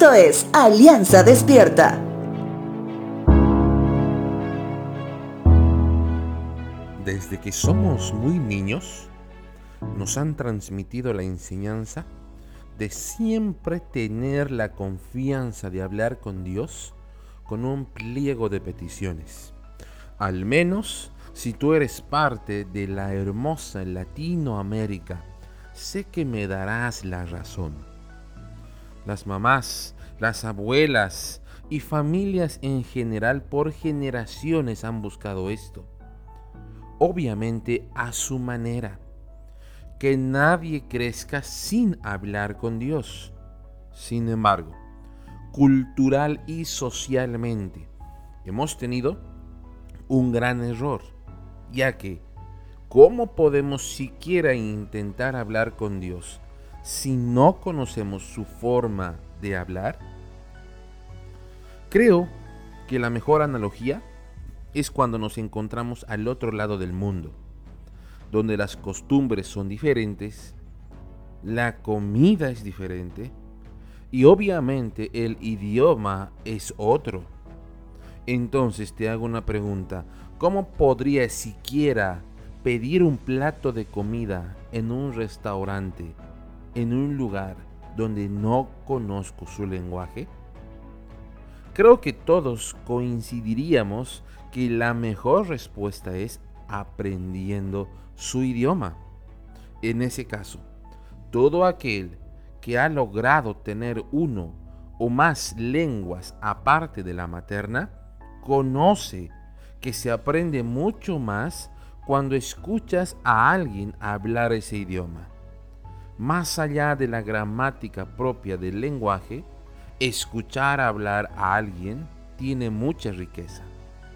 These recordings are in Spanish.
Esto es Alianza Despierta. Desde que somos muy niños, nos han transmitido la enseñanza de siempre tener la confianza de hablar con Dios con un pliego de peticiones. Al menos si tú eres parte de la hermosa Latinoamérica, sé que me darás la razón. Las mamás, las abuelas y familias en general por generaciones han buscado esto. Obviamente a su manera. Que nadie crezca sin hablar con Dios. Sin embargo, cultural y socialmente, hemos tenido un gran error, ya que ¿cómo podemos siquiera intentar hablar con Dios si no conocemos su forma de hablar? Creo que la mejor analogía es cuando nos encontramos al otro lado del mundo, donde las costumbres son diferentes, la comida es diferente y obviamente el idioma es otro. Entonces te hago una pregunta: ¿cómo podría siquiera pedir un plato de comida en un restaurante, en un lugar donde no conozco su lenguaje? Creo que todos coincidiríamos que la mejor respuesta es aprendiendo su idioma. En ese caso, todo aquel que ha logrado tener uno o más lenguas aparte de la materna, conoce que se aprende mucho más cuando escuchas a alguien hablar ese idioma. Más allá de la gramática propia del lenguaje, escuchar hablar a alguien tiene mucha riqueza.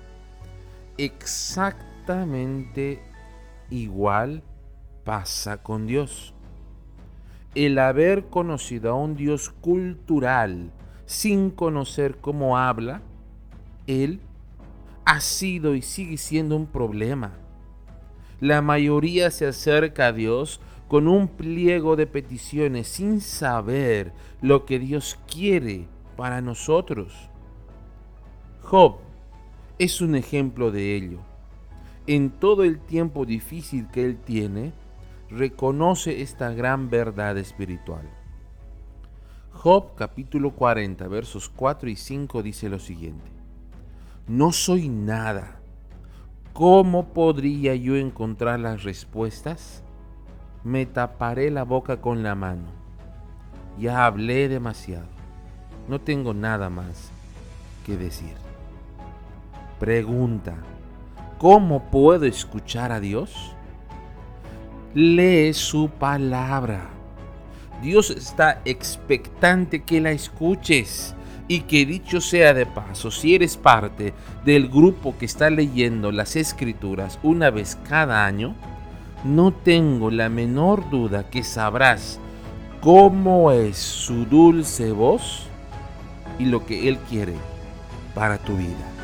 Exactamente igual pasa con Dios. El haber conocido a un Dios cultural sin conocer cómo habla, Él ha sido y sigue siendo un problema. La mayoría se acerca a Dios con un pliego de peticiones sin saber lo que Dios quiere para nosotros. Job es un ejemplo de ello. En todo el tiempo difícil que él tiene, reconoce esta gran verdad espiritual. Job capítulo 40 versos 4 y 5 dice lo siguiente: No soy nada. ¿Cómo podría yo encontrar las respuestas? Me taparé la boca con la mano. Ya hablé demasiado. No tengo nada más que decir. Pregunta: ¿cómo puedo escuchar a Dios? Lee su palabra. Dios está expectante que la escuches. Y que dicho sea de paso, si eres parte del grupo que está leyendo las Escrituras una vez cada año, no tengo la menor duda que sabrás cómo es su dulce voz y lo que Él quiere para tu vida.